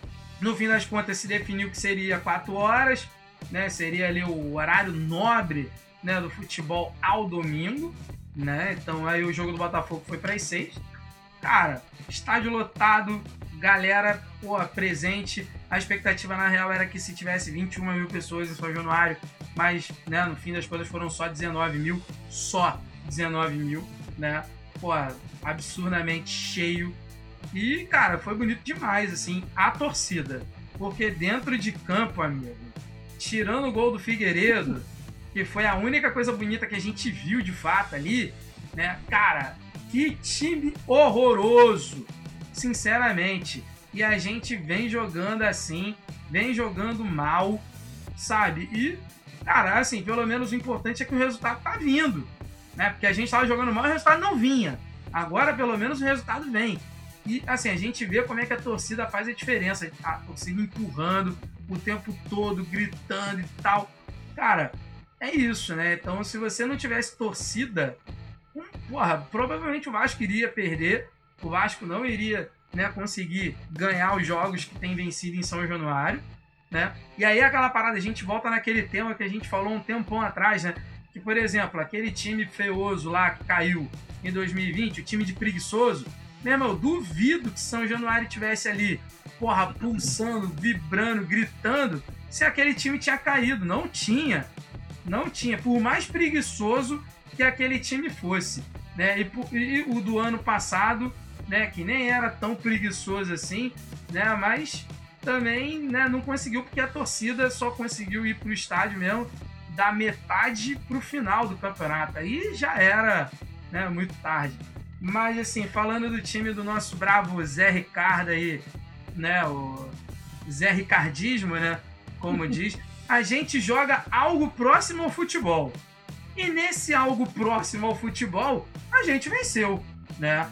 no fim das contas se definiu que seria quatro horas, né? Seria ali o horário nobre, né, do futebol ao domingo, né? Então aí o jogo do Botafogo foi para as seis. Cara, estádio lotado, galera, pô, presente. A expectativa na real era que se tivesse vinte e uma mil pessoas em São Januário, mas, né, no fim das contas foram só dezenove mil, só dezenove mil, né? Pô, absurdamente cheio. E, cara, foi bonito demais, assim, a torcida. Porque dentro de campo, amigo, tirando o gol do Figueiredo, que foi a única coisa bonita que a gente viu de fato ali, né? Cara, que time horroroso, sinceramente. E a gente vem jogando assim, vem jogando mal, sabe? E, cara, assim, pelo menos o importante é que o resultado tá vindo, né? Porque a gente tava jogando mal e o resultado não vinha. Agora, pelo menos, o resultado vem. E, assim, a gente vê como é que a torcida faz a diferença. A torcida empurrando o tempo todo, gritando e tal. Cara, é isso, né? Então, se você não tivesse torcida, hum, porra, provavelmente o Vasco iria perder. O Vasco não iria, né, conseguir ganhar os jogos que tem vencido em São Januário, né? E aí aquela parada, a gente volta naquele tema que a gente falou um tempão atrás, né? Que, por exemplo, aquele time feioso lá que caiu em dois mil e vinte, o time de preguiçoso, meu irmão, eu duvido que São Januário tivesse ali, porra, pulsando, vibrando, gritando, se aquele time tinha caído. Não tinha. Não tinha. Por mais preguiçoso que aquele time fosse, né? E, e o do ano passado, né, que nem era tão preguiçoso assim, né? Mas também, né, não conseguiu, porque a torcida só conseguiu ir pro estádio mesmo da metade pro final do campeonato. Aí já era, né, muito tarde. Mas, assim, falando do time do nosso bravo Zé Ricardo aí, né, o Zé Ricardismo, né, como diz, a gente joga algo próximo ao futebol. E nesse algo próximo ao futebol, a gente venceu, né?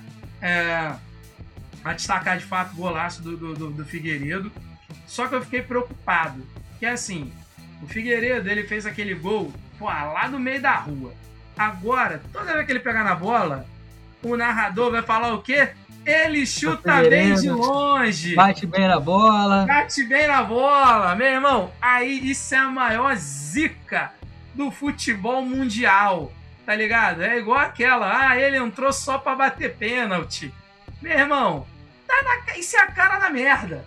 É, a destacar, de fato, o golaço do, do, do Figueiredo. Só que eu fiquei preocupado, que assim, o Figueiredo, ele fez aquele gol, pô, lá no meio da rua. Agora, toda vez que ele pegar na bola, o narrador vai falar o quê? Ele chuta bem de longe. Bate bem na bola. Bate bem na bola. Meu irmão, aí isso é a maior zica do futebol mundial. Tá ligado? É igual aquela. Ah, ele entrou só pra bater pênalti. Meu irmão, tá na, isso é a cara da merda.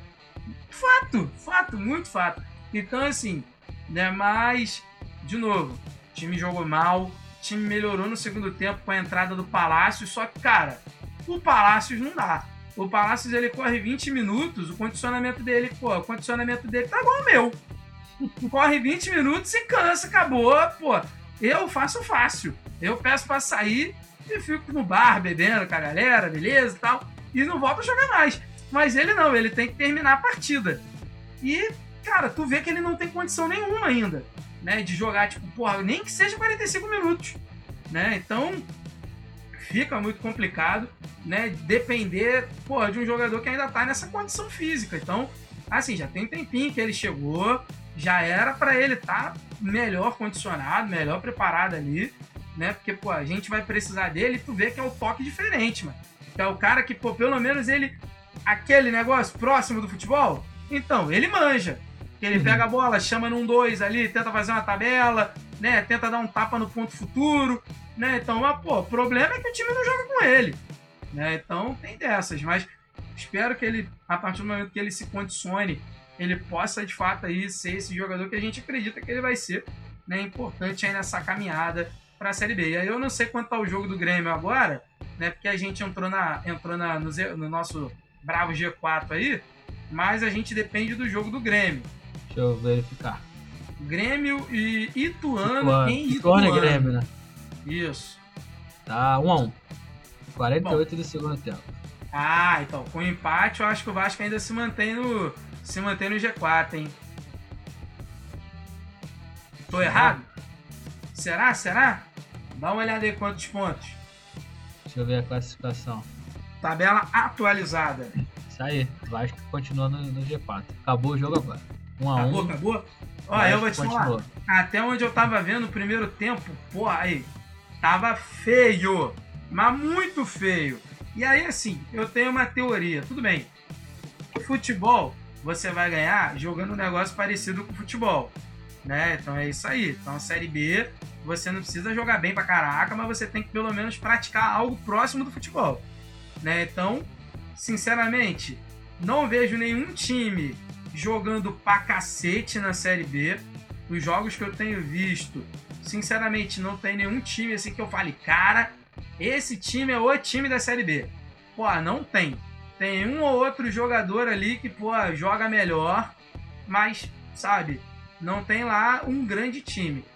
Fato, fato, muito fato. Então, assim, né? Mas, de novo, o time jogou mal. O time melhorou no segundo tempo com a entrada do Palácio, só que, cara, o Palácios não dá. O Palácios, ele corre vinte minutos, o condicionamento dele, pô, o condicionamento dele tá igual ao meu. Corre vinte minutos e cansa, acabou, pô. Eu faço fácil. Eu peço pra sair e fico no bar bebendo com a galera, beleza e tal, e não volto a jogar mais. Mas ele não, ele tem que terminar a partida. E, cara, tu vê que ele não tem condição nenhuma ainda, né, de jogar, tipo, porra, nem que seja quarenta e cinco minutos, né, então fica muito complicado, né, depender, porra, de um jogador que ainda tá nessa condição física. Então, assim, já tem um tempinho que ele chegou, já era pra ele estar tá melhor condicionado, melhor preparado ali, né, porque, pô, a gente vai precisar dele e tu vê que é o toque diferente, mano, que é o cara que, pô, pelo menos ele, aquele negócio próximo do futebol, então, ele manja. Ele pega a bola, chama num dois ali, tenta fazer uma tabela, né? Tenta dar um tapa no ponto futuro, né? Então, mas, pô, o problema é que o time não joga com ele, né? Então, tem dessas, mas espero que ele, a partir do momento que ele se condicione, ele possa, de fato, aí ser esse jogador que a gente acredita que ele vai ser, né? Importante aí nessa caminhada para a Série B. E aí eu não sei quanto tá o jogo do Grêmio agora, né? Porque a gente entrou, na, entrou na, no, no nosso bravo G quatro aí, mas a gente depende do jogo do Grêmio. Deixa eu verificar. Grêmio e Ituano, Ituano, em Ituano Ituano. e Grêmio, né? Isso. Tá um a um. quarenta e oito do segundo tempo. Ah, então, com empate eu acho que o Vasco ainda se mantém no, se mantém no G quatro, hein? Tô errado? Será? Será? Dá uma olhada aí quantos pontos. Deixa eu ver a classificação. Tabela atualizada. Isso aí, o Vasco continua no, no G quatro. Acabou o jogo agora. um a Acabou, um. acabou? Ó, Vasco eu vou te continua. falar. Até onde eu tava vendo o primeiro tempo, porra, aí, tava feio. Mas muito feio. E aí, assim, eu tenho uma teoria. Tudo bem. O futebol, você vai ganhar jogando um negócio parecido com o futebol. Né? Então é isso aí. Então a Série B, você não precisa jogar bem pra caraca, mas você tem que pelo menos praticar algo próximo do futebol. Né? Então, sinceramente, não vejo nenhum time jogando pra cacete na Série B. Os jogos que eu tenho visto, sinceramente, não tem nenhum time assim que eu fale, cara, esse time é o time da Série B. Pô, não tem. Tem um ou outro jogador ali que, pô, joga melhor, mas, sabe, não tem lá um grande time.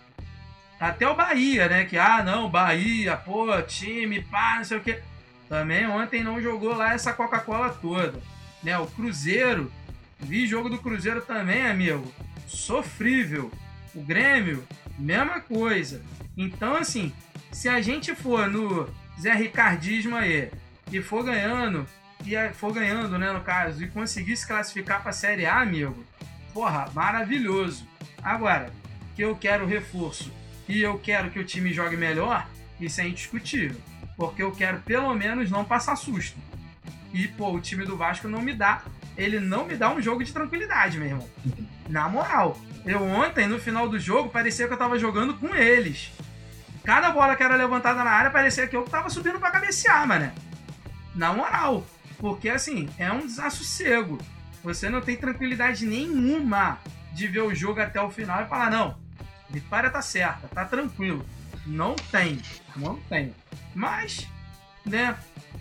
Até o Bahia, né? Que, ah, não, Bahia, pô, time, pá, não sei o quê. Também ontem não jogou lá essa Coca-Cola toda. Né? O Cruzeiro, vi jogo do Cruzeiro também, amigo. Sofrível. O Grêmio, mesma coisa. Então, assim, se a gente for no Zé Ricardismo aí e for ganhando, e for ganhando, né, no caso, e conseguir se classificar para a Série A, amigo, porra, maravilhoso. Agora, que eu quero reforço e eu quero que o time jogue melhor, isso é indiscutível. Porque eu quero, pelo menos, não passar susto. E, pô, o time do Vasco não me dá, ele não me dá um jogo de tranquilidade, meu irmão. Na moral, eu ontem, no final do jogo, parecia que eu tava jogando com eles. Cada bola que era levantada na área, parecia que eu tava subindo pra cabecear, mané. Na moral. Porque, assim, é um desassossego. Você não tem tranquilidade nenhuma de ver o jogo até o final e falar, não, vitória tá certa, tá tranquilo. Não tem, não tem. Mas, né,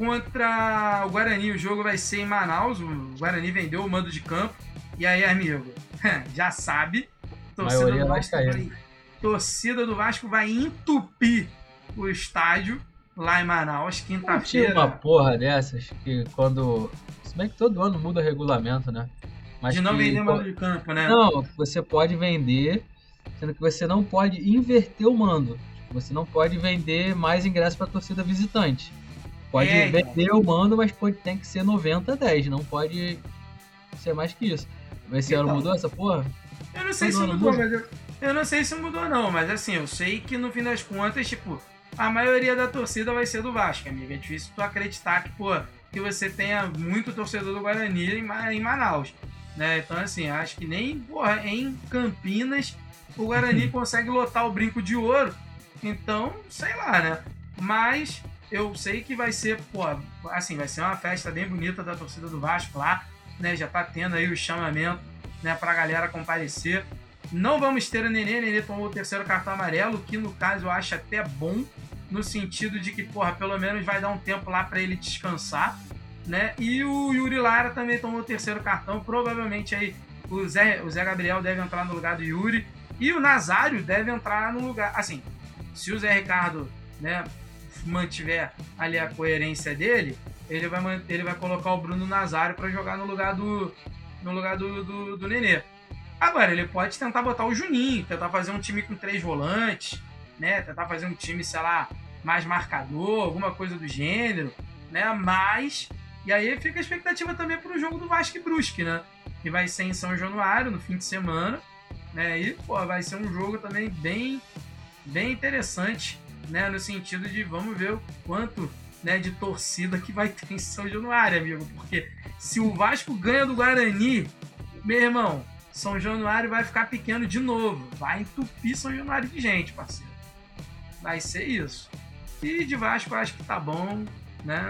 contra o Guarani, o jogo vai ser em Manaus, o Guarani vendeu o mando de campo, e aí, amigo, já sabe, torcida do, Vasco vai, torcida do Vasco vai entupir o estádio lá em Manaus, quinta-feira. Tinha uma porra dessas que quando... Se bem que todo ano muda o regulamento, né? Mas de não que, vender mando de campo, né? Não, você pode vender, sendo que você não pode inverter o mando. Você não pode vender mais ingressos para a torcida visitante. Pode é, vender o mando, mas pode, tem que ser noventa a dez. Não pode ser mais que isso. Esse então, ano mudou essa porra? Eu não sei Todo se mudou, mas eu, eu não sei se mudou não, mas assim, eu sei que no fim das contas, tipo, a maioria da torcida vai ser do Vasco, amigo. É difícil tu acreditar que, pô, que você tenha muito torcedor do Guarani em, em Manaus. Né? Então, assim, acho que nem, porra, em Campinas o Guarani consegue lotar o Brinco de Ouro. Então, sei lá, né? Mas eu sei que vai ser, pô, assim, vai ser uma festa bem bonita da torcida do Vasco lá, né? Já tá tendo aí o chamamento, né, pra galera comparecer. Não vamos ter o Nenê, Nenê tomou o terceiro cartão amarelo, que no caso eu acho até bom, no sentido de que, porra, pelo menos vai dar um tempo lá pra ele descansar, né? E o Yuri Lara também tomou o terceiro cartão, provavelmente aí o Zé, o Zé Gabriel deve entrar no lugar do Yuri, e o Nazário deve entrar no lugar, assim, se o Zé Ricardo, né, mantiver ali a coerência dele, ele vai, ele vai colocar o Bruno Nazário para jogar no lugar do no lugar do, do, do Nenê. Agora, ele pode tentar botar o Juninho, tentar fazer um time com três volantes, né, tentar fazer um time, sei lá, mais marcador, alguma coisa do gênero, né, mas... E aí fica a expectativa também para o jogo do Vasco e Brusque, né, que vai ser em São Januário, no fim de semana, né, e, pô, vai ser um jogo também bem... bem interessante, né, no sentido de vamos ver o quanto, né, de torcida que vai ter em São Januário, amigo, porque se o Vasco ganha do Guarani, meu irmão, São Januário vai ficar pequeno de novo, vai entupir São Januário de gente, parceiro, vai ser isso. E de Vasco acho que tá bom, né,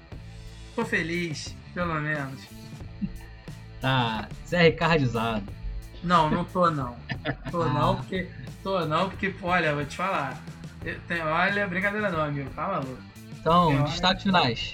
tô feliz, pelo menos. Tá, Zé Ricardizado. Não, não tô não, tô ah. não, porque... Tô não, porque, olha, vou te falar. Tem, olha, brincadeira não, amigo, tá maluco. Então, tem destaques hora... finais.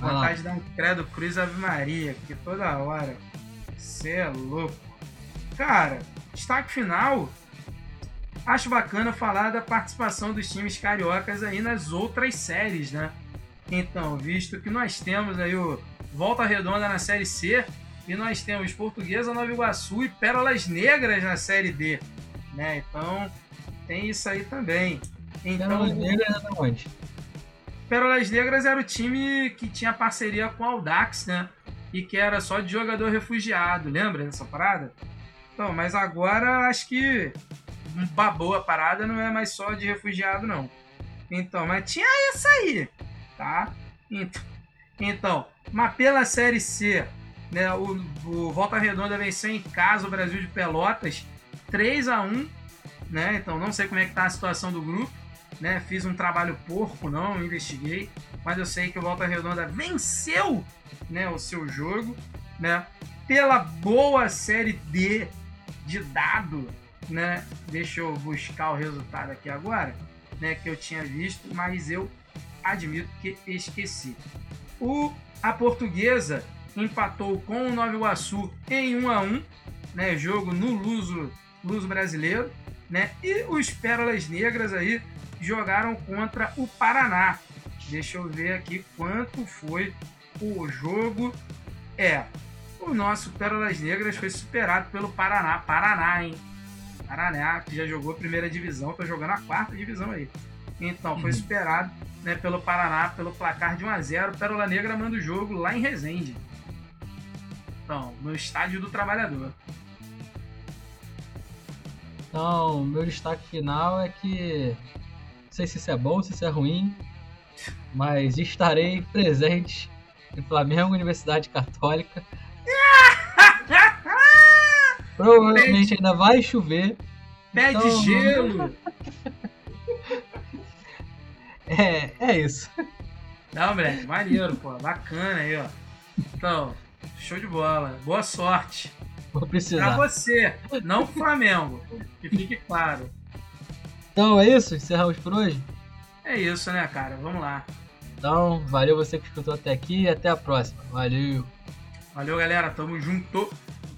Vai lá. Vontade de dar um credo cruz Ave Maria, que toda hora. Você é louco. Cara, destaque final. Acho bacana falar da participação dos times cariocas aí nas outras séries, né? Então, visto que nós temos aí o Volta Redonda na Série C e nós temos Portuguesa, Nova Iguaçu e Pérolas Negras na Série D, né? Então, tem isso aí também. Então, Pérolas Negras é onde? Pérolas Negras era o time que tinha parceria com o Audax, né? E que era só de jogador refugiado, lembra dessa parada? Então, mas agora acho que babou a parada, não é mais só de refugiado, não. Então, mas tinha isso aí, tá? Então, então mas pela Série C, né, o, o Volta Redonda venceu em casa o Brasil de Pelotas três a um, né? Então, não sei como é que tá a situação do grupo, né? Fiz um trabalho porco, não investiguei, mas eu sei que o Volta Redonda venceu, né, o seu jogo, né? Pela boa Série D de dado, né? Deixa eu buscar o resultado aqui agora, né? Que eu tinha visto, mas eu admito que esqueci. O, a Portuguesa empatou com o Nova Iguaçu em um a um, né? Jogo no Luso, Luso Brasileiro, né? E os Pérolas Negras aí jogaram contra o Paraná. Deixa eu ver aqui quanto foi o jogo. É, o nosso Pérolas Negras foi superado pelo Paraná. Paraná, hein? Paraná, que já jogou a primeira divisão, tá jogando a quarta divisão aí. Então, foi superado, né, pelo Paraná, pelo placar de um a zero. Pérola Negra manda o jogo lá em Resende. Então, no Estádio do Trabalhador. Então, meu destaque final é que não sei se isso é bom, se isso é ruim, mas estarei presente em Flamengo Universidade Católica. Provavelmente Pede, ainda vai chover. pede então... gelo. É, é isso. Não, moleque, maneiro, pô. Bacana aí, ó. Então, show de bola. Boa sorte. Vou precisar. Pra você, não pro Flamengo. Que fique claro. Então é isso, encerramos por hoje. É isso, né, cara? Vamos lá. Então, valeu você que escutou até aqui e até a próxima. Valeu. Valeu, galera. Tamo junto.